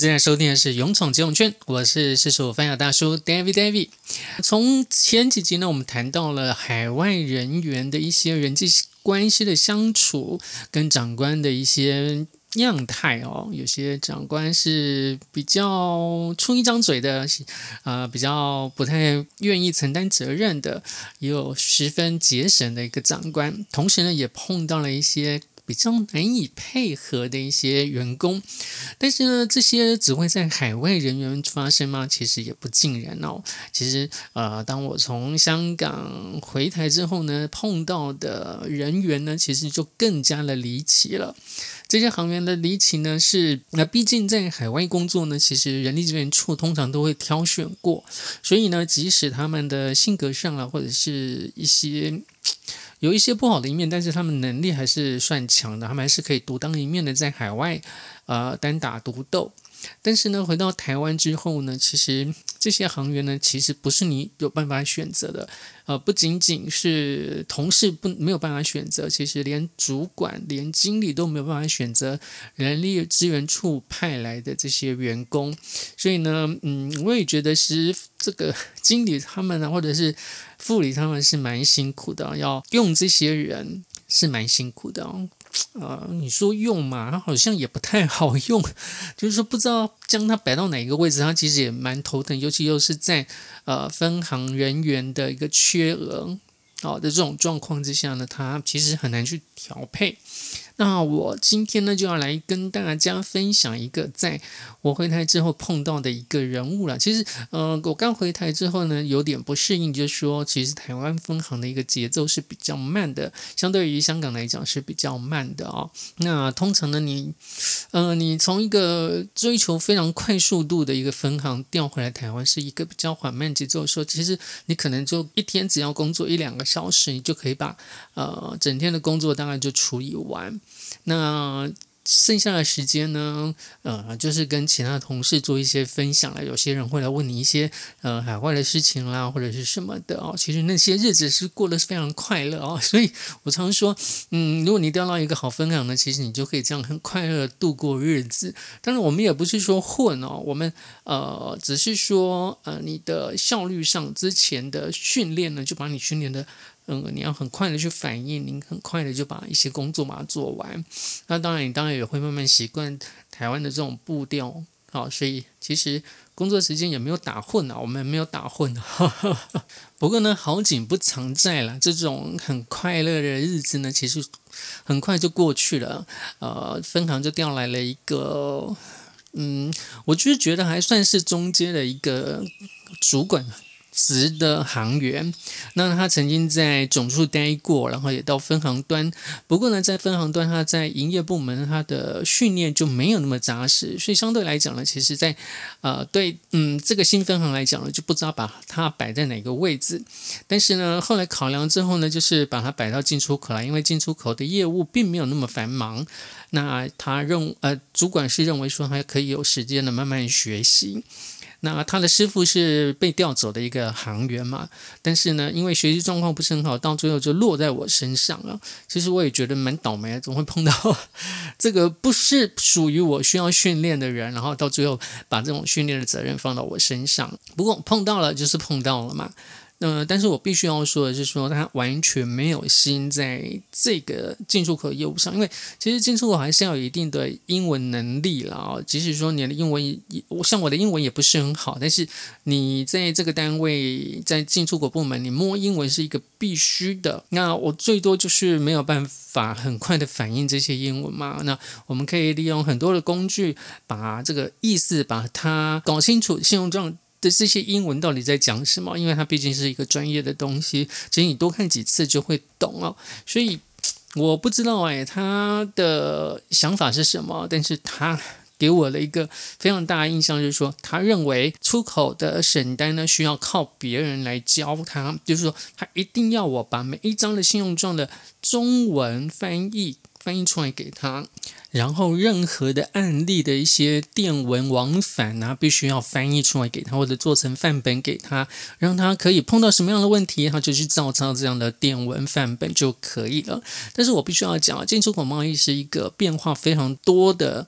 正在收听的是《勇闯金融圈》，我是事实翻译大叔 David。从前几集呢，我们谈到了海外人员的一些人际关系的相处，跟长官的一些样态哦。有些长官是比较出一张嘴的，比较不太愿意承担责任的，也有十分节省的一个长官。同时呢，也碰到了一些比较难以配合的一些员工，但是呢，这些只会在海外人员发生吗？其实也不尽然哦。其实当我从香港回台之后呢，碰到的人员呢，其实就更加的离奇了。这些行员的离奇呢，毕竟在海外工作呢，其实人力资源处通常都会挑选过，所以呢，即使他们的性格上啊，或者是有一些不好的一面，但是他们能力还是算强的，他们还是可以独当一面的在海外单打独斗。但是呢，回到台湾之后呢，其实这些行员呢，其实不是你有办法选择的。不仅仅是同事没有办法选择，其实连主管、连经理都没有办法选择人力资源处派来的这些员工。所以呢，我也觉得是这个经理他们或者是副理他们是蛮辛苦的，要用这些人是蛮辛苦的哦。你说用嘛，它好像也不太好用，就是说不知道将它摆到哪一个位置，它其实也蛮头疼，尤其又是在分行人员的一个缺额的这种状况之下呢，它其实很难去调配。那我今天呢就要来跟大家分享一个在我回台之后碰到的一个人物啦。其实我刚回台之后呢有点不适应，就是说其实台湾分行的一个节奏是比较慢的，相对于香港来讲是比较慢的哦。那通常呢你从一个追求非常快速度的一个分行调回来台湾是一个比较缓慢节奏的时候，其实你可能就一天只要工作1-2个小时，你就可以把整天的工作大概就处理完。那剩下的时间呢，就是跟其他同事做一些分享了。有些人会来问你一些海外的事情啦，或者是什么的哦。其实那些日子是过得非常快乐哦。所以我常说，如果你调到一个好分行呢，其实你就可以这样很快乐的度过日子。当然，我们也不是说混哦，我们只是说你的效率上之前的训练呢，就把你训练的。你要很快的去反应，你很快的就把一些工作把它做完。那当然，你也会慢慢习惯台湾的这种步调。好，所以其实工作时间也没有打混啊，我们没有打混。不过呢，好景不常在啦，这种很快乐的日子呢，其实很快就过去了。分行就调来了一个，我就是觉得还算是中间的一个主管职的行员。那他曾经在总处待过，然后也到分行端。不过呢，在分行端，他在营业部门他的训练就没有那么扎实，所以相对来讲呢，其实在对这个新分行来讲呢，就不知道把它摆在哪个位置。但是呢，后来考量之后呢，就是把它摆到进出口来，因为进出口的业务并没有那么繁忙。那主管是认为说还可以有时间的慢慢学习。那他的师傅是被调走的一个行员嘛，但是呢，因为学习状况不是很好，到最后就落在我身上了。其实我也觉得蛮倒霉的，总会碰到这个不是属于我需要训练的人，然后到最后把这种训练的责任放到我身上。不过碰到了就是碰到了嘛。但是我必须要说的是说他完全没有心在这个进出口业务上，因为其实进出口还是要有一定的英文能力啦。即使说你的英文，像我的英文也不是很好，但是你在这个单位，在进出口部门，你摸英文是一个必须的。那我最多就是没有办法很快的反映这些英文嘛。那我们可以利用很多的工具，把这个意思把它搞清楚，信用状的这些英文到底在讲什么，因为它毕竟是一个专业的东西，其实你多看几次就会懂哦。所以我不知道他的想法是什么，但是他给我的一个非常大的印象就是说，他认为出口的审单呢需要靠别人来教他，就是说他一定要我把每一张的信用状的中文翻译出来给他，然后任何的案例的一些电文往返必须要翻译出来给他，或者做成范本给他，让他可以碰到什么样的问题，他就去照抄这样的电文范本就可以了。但是我必须要讲，进出口贸易是一个变化非常多的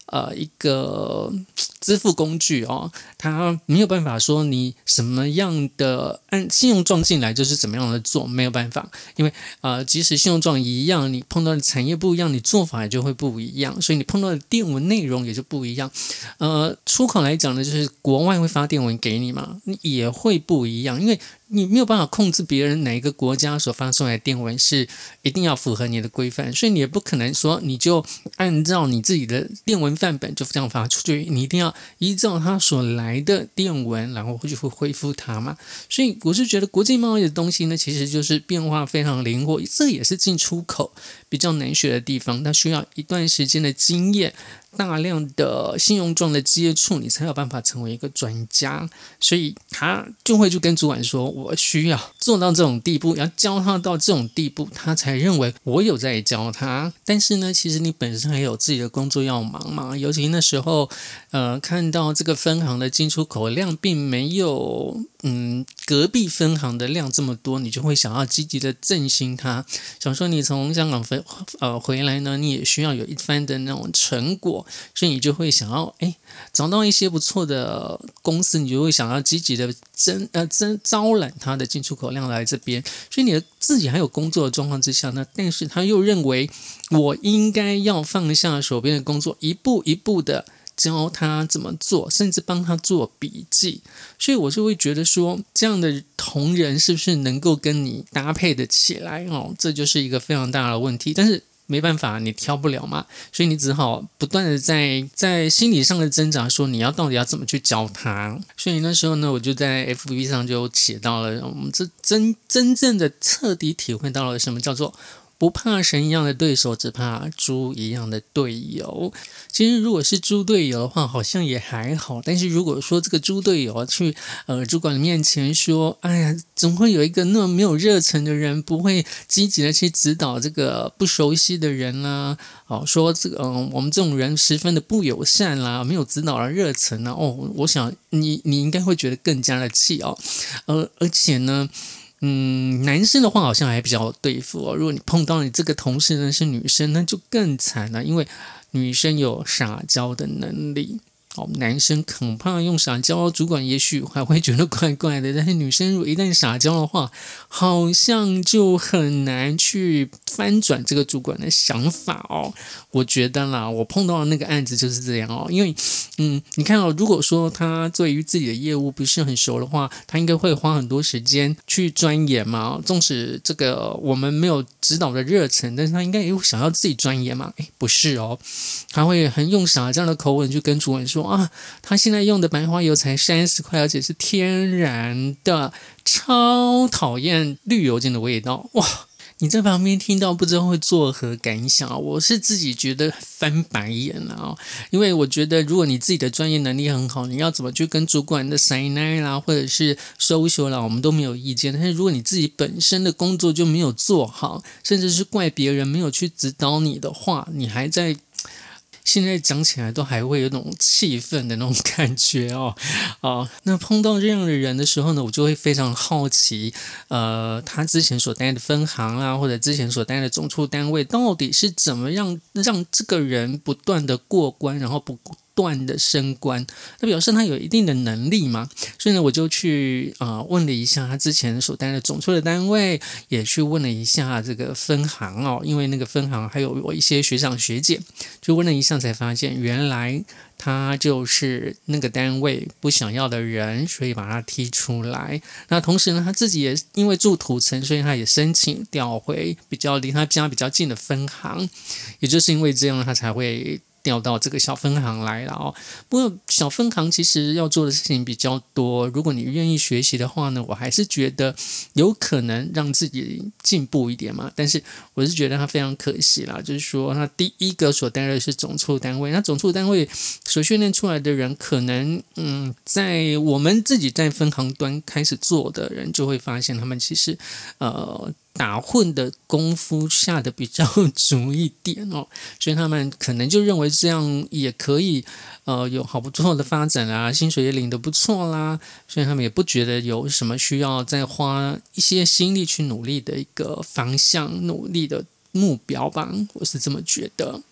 一个支付工具哦，它没有办法说你什么样的按信用状进来就是怎么样的做，没有办法，因为即使信用状一样，你碰到的产业不一样，你做法也就会不一样，所以你碰到的电文内容也就不一样。出口来讲呢，就是国外会发电文给你嘛，你也会不一样，因为你没有办法控制别人哪一个国家所发出来的电文是一定要符合你的规范，所以你也不可能说你就按照你自己的电文范本就这样发出去，你一定要依照它所来的电文，然后就会恢复它嘛。所以我是觉得国际贸易的东西呢，其实就是变化非常灵活，这也是进出口比较难学的地方，它需要一段时间的经验，大量的信用状的接触，你才有办法成为一个专家。所以他就会去跟主管说，我需要做到这种地步，要教他到这种地步，他才认为我有在教他。但是呢，其实你本身还有自己的工作要忙嘛，尤其那时候看到这个分行的进出口量并没有隔壁分行的量这么多，你就会想要积极的振兴它，想说你从香港回来呢，你也需要有一番的那种成果，所以你就会想要找到一些不错的公司，你就会想要积极的招揽它的进出口量来这边，所以你的自己还有工作的状况之下呢，但是他又认为我应该要放下手边的工作，一步一步的教他怎么做，甚至帮他做笔记，所以我就会觉得说，这样的同仁是不是能够跟你搭配的起来哦？这就是一个非常大的问题，但是没办法，你挑不了嘛，所以你只好不断的在心理上的挣扎，说你到底要怎么去教他。所以那时候呢，我就在 FB 上就写到了，我们这真正的彻底体会到了什么叫做不怕神一样的对手，只怕猪一样的队友。其实如果是猪队友的话，好像也还好。但是如果说这个猪队友去主管面前说，哎呀，总会有一个那么没有热忱的人，不会积极的去指导这个不熟悉的人啦，说这个我们这种人十分的不友善啦，没有指导的热忱啦，我想你应该会觉得更加的气哦。而且呢。男生的话好像还比较好对付哦。如果你碰到你这个同事呢是女生，那就更惨了，因为女生有撒娇的能力。男生恐怕用撒娇，主管也许还会觉得怪怪的，但是女生如果一旦撒娇的话，好像就很难去翻转这个主管的想法哦。我觉得啦，我碰到的那个案子就是这样哦，因为你看如果说他对于自己的业务不是很熟的话，他应该会花很多时间去钻研嘛。纵使这个我们没有指导的热忱，但是他应该也想要自己钻研嘛。不是哦，他会很用撒娇的口吻去跟主管说啊，他现在用的白花油才30块，而且是天然的，超讨厌绿油精的味道。哇！你在旁边听到不知道会作何感想，我是自己觉得翻白眼了因为我觉得如果你自己的专业能力很好，你要怎么去跟主管的塞奶啦，或者是social啦，我们都没有意见。但是如果你自己本身的工作就没有做好，甚至是怪别人没有去指导你的话，你还在现在讲起来都还会有种气愤的那种感觉那碰到这样的人的时候呢，我就会非常好奇，他之前所待的分行啊，或者之前所待的总处单位，到底是怎么样让这个人不断的过关，然后不断的升官，那表示他有一定的能力嘛。所以呢，我就去问了一下他之前所待的总处的单位，也去问了一下这个分行因为那个分行还有我一些学长学姐，就问了一下才发现，原来他就是那个单位不想要的人，所以把他踢出来。那同时呢，他自己也因为住土城，所以他也申请调回离他家比较近的分行，也就是因为这样，他才会调到这个小分行来了不过小分行其实要做的事情比较多，如果你愿意学习的话呢，我还是觉得有可能让自己进步一点嘛。但是我是觉得他非常可惜啦，就是说他第一个所担任的是总处单位，那总处单位所训练出来的人，可能在我们自己在分行端开始做的人，就会发现他们其实打混的功夫下的比较足一点所以他们可能就认为这样也可以有好不错的发展啦，薪水也领得不错啦，所以他们也不觉得有什么需要再花一些心力去努力的一个方向，努力的目标吧，我是这么觉得。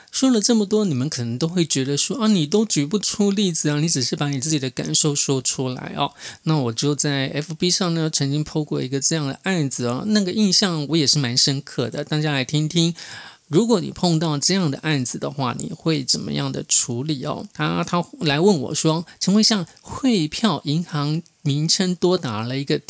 说了这么多，你们可能都会觉得说你都举不出例子啊，你只是把你自己的感受说出来哦。那我就在 FB 上呢，曾经 po 过一个这样的案子哦，那个印象我也是蛮深刻的，大家来听听。如果你碰到这样的案子的话，你会怎么样的处理哦？他来问我说，请问一下，汇票银行名称多打了一个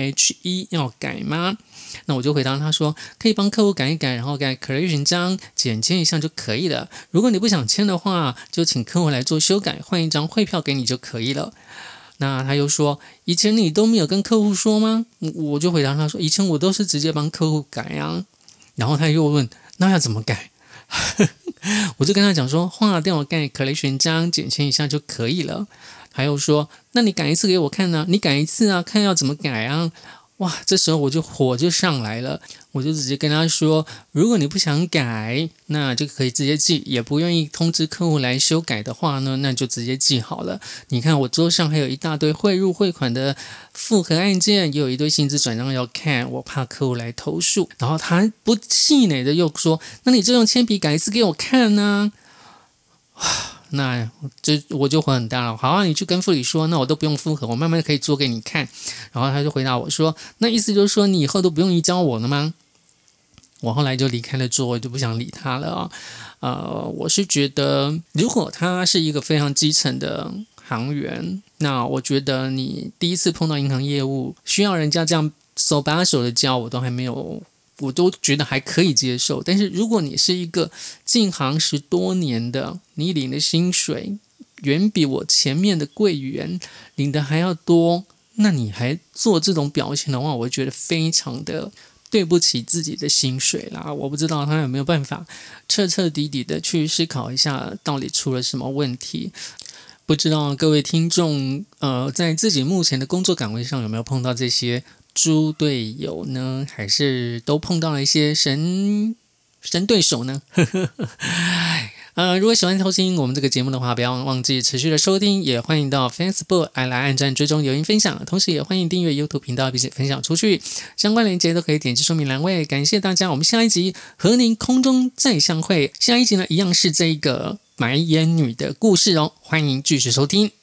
THE 要改吗？那我就回答他说，可以帮客户改一改，然后改可阅章简签一下就可以了。如果你不想签的话，就请客户来做修改，换一张汇票给你就可以了。那他又说，以前你都没有跟客户说吗？我就回答他说，以前我都是直接帮客户改啊。然后他又问，那要怎么改？我就跟他讲说，划掉盖可雷旋章简签一下就可以了。他又说，那你改一次给我看啊，你改一次啊，看要怎么改啊。哇，这时候火就上来了，我就直接跟他说，如果你不想改，那就可以直接寄，也不愿意通知客户来修改的话呢，那就直接寄好了。你看我桌上还有一大堆汇入汇款的复核案件，也有一堆薪资转账要看，我怕客户来投诉。然后他不气馁的又说，那你就用铅笔改一次给我看啊。那我就火很大了，好啊，你去跟副理说，那我都不用复核，我慢慢可以做给你看。然后他就回答我说，那意思就是说你以后都不用移交我了吗？我后来就离开了座位，就不想理他了我是觉得，如果他是一个非常基层的行员，那我觉得你第一次碰到银行业务，需要人家这样手把手的教，我都觉得还可以接受。但是如果你是一个进行10多年的，你领的薪水远比我前面的柜员领的还要多，那你还做这种表现的话，我会觉得非常的对不起自己的薪水啦。我不知道他有没有办法彻彻底底的去思考一下到底出了什么问题。不知道各位听众在自己目前的工作岗位上有没有碰到这些猪队友呢？还是都碰到了一些神对手呢？如果喜欢收听我们这个节目的话，不要忘记持续的收听，也欢迎到 Facebook 来按赞、追踪、留言、分享，同时也欢迎订阅 YouTube 频道，并且分享出去。相关链接都可以点击说明栏位。感谢大家，我们下一集和您空中再相会。下一集呢，一样是这个白眼女的故事哦，欢迎继续收听。